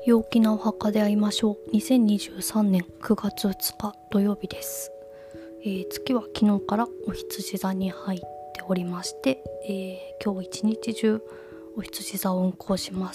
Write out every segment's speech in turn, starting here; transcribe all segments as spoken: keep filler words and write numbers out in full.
陽気なお墓で会いましょう。にせんにじゅうさんねんくがつうつか土曜日です。えー、月は昨日からお羊座に入っておりまして、えー、今日一日中お羊座を運行します。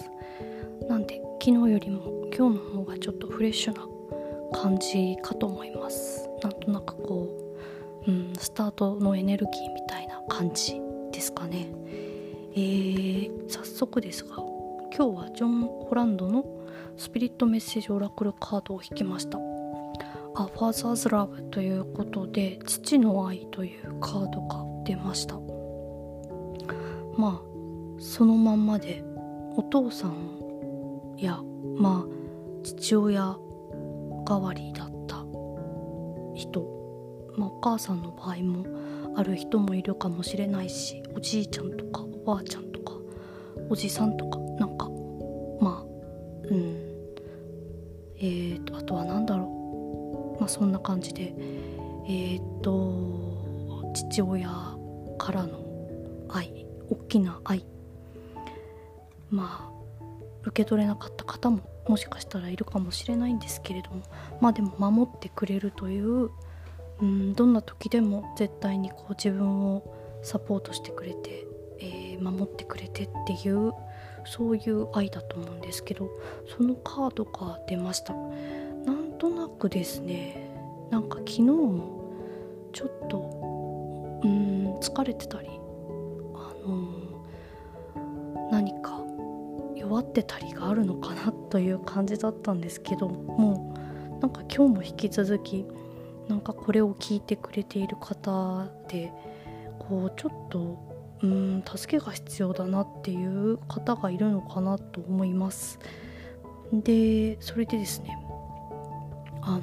なんで昨日よりも今日の方がちょっとフレッシュな感じかと思います。なんとなくこう、うん、スタートのエネルギーみたいな感じですかね。えー、早速ですが、今日はジョン・ホランドのスピリットメッセージオラクルカードを引きました。A Father's Love ということで、父の愛というカードが出ました。まあそのまんまで、お父さんやまあ父親代わりだった人、まあ、お母さんの場合もある人もいるかもしれないし、おじいちゃんとかおばあちゃんとかおじさんとか、なんかまあうんえーとあとはなんだろう、まあそんな感じで、えーと父親からの愛、大きな愛、まあ受け取れなかった方ももしかしたらいるかもしれないんですけれども、まあでも守ってくれるという、うん、どんな時でも絶対にこう自分をサポートしてくれて、えー、守ってくれてっていう、そういう愛だと思うんですけど、そのカードが出ました。なんとなくですね、なんか昨日もちょっとうーん疲れてたり、あのー、何か弱ってたりがあるのかなという感じだったんですけど、もうなんか今日も引き続きなんかこれを聞いてくれている方で、こうちょっとうーん助けが必要だなっていう方がいるのかなと思います。でそれでですね、あの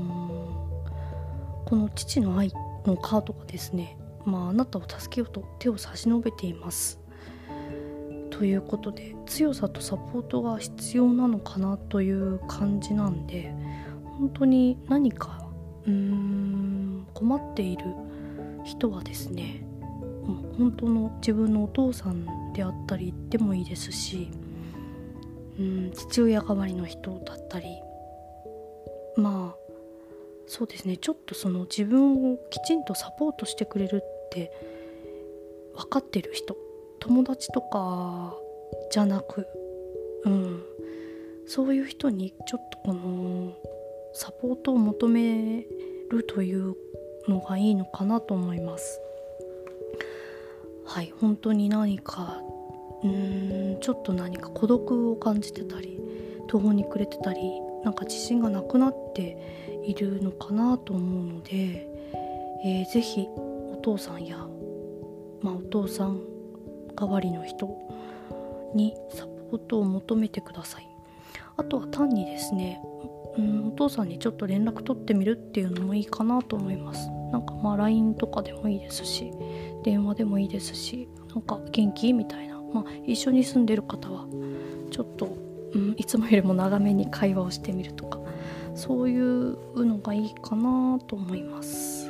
ー、この父の愛のカードがですね、まああなたを助けようと手を差し伸べていますということで、強さとサポートが必要なのかなという感じなんで、本当に何かうーん困っている人はですね、本当の自分のお父さんであったりでもいいですし、うん父親代わりの人だったり、まあそうですね、ちょっとその自分をきちんとサポートしてくれるって分かってる人、友達とかじゃなく、うん、そういう人にちょっとこのサポートを求めるというのがいいのかなと思います。はい、本当に何かうーんちょっと何か孤独を感じてたり、途方に暮れてたり、なんか自信がなくなっているのかなと思うので、えー、ぜひお父さんや、まあ、お父さん代わりの人にサポートを求めてください。あとは単にですね、うん、お父さんにちょっと連絡取ってみるっていうのもいいかなと思います。なんかまあ ライン とかでもいいですし、電話でもいいですし、なんか元気みたいな、まあ、一緒に住んでる方はちょっと、うん、いつもよりも長めに会話をしてみるとか、そういうのがいいかなと思います。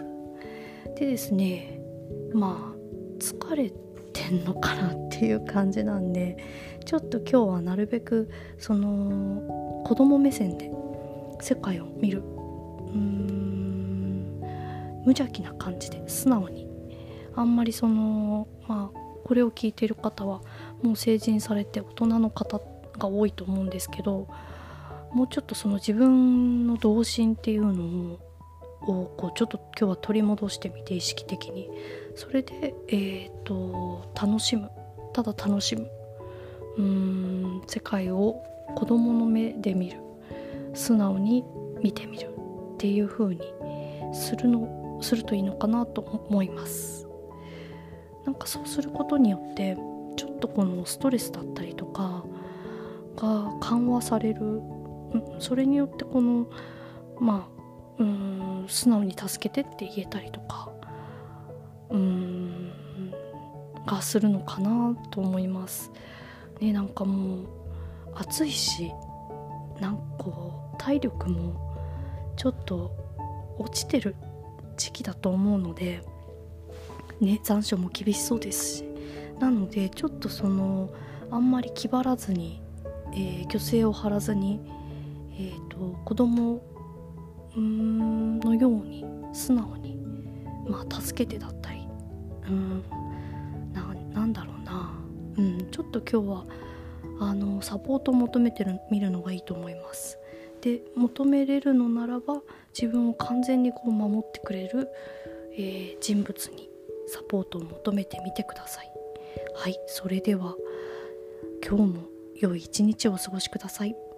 でですね、まあ疲れてんのかなっていう感じなんで、ちょっと今日はなるべくその子供目線で世界を見る、うーん無邪気な感じで素直に、あんまりそのまあこれを聞いている方はもう成人されて大人の方が多いと思うんですけど、もうちょっとその自分の童心っていうのをこうちょっと今日は取り戻してみて、意識的にそれで、えーと楽しむ、ただ楽しむ、うーん世界を子供の目で見る、素直に見てみるっていう風にするのするといいのかなと思います。なんかそうすることによってちょっとこのストレスだったりとかが緩和される、うん、それによってこのまあうーん素直に助けてって言えたりとか、うーんがするのかなと思いますね。なんかもう暑いし、なんかこう体力もちょっと落ちてる時期だと思うのでね、残暑も厳しそうですし、なのでちょっとそのあんまり気張らずに、ええー、虚勢を張らずに、えー、と子供うーんのように素直に、まあ、助けてだったり、うん、な, なんだろうな、うん、ちょっと今日はあのサポートを求めてみるのがいいと思います。で、求めれるのならば自分を完全にこう守ってくれる、えー、人物にサポートを求めてみてください。はい、それでは今日も良い一日をお過ごしください。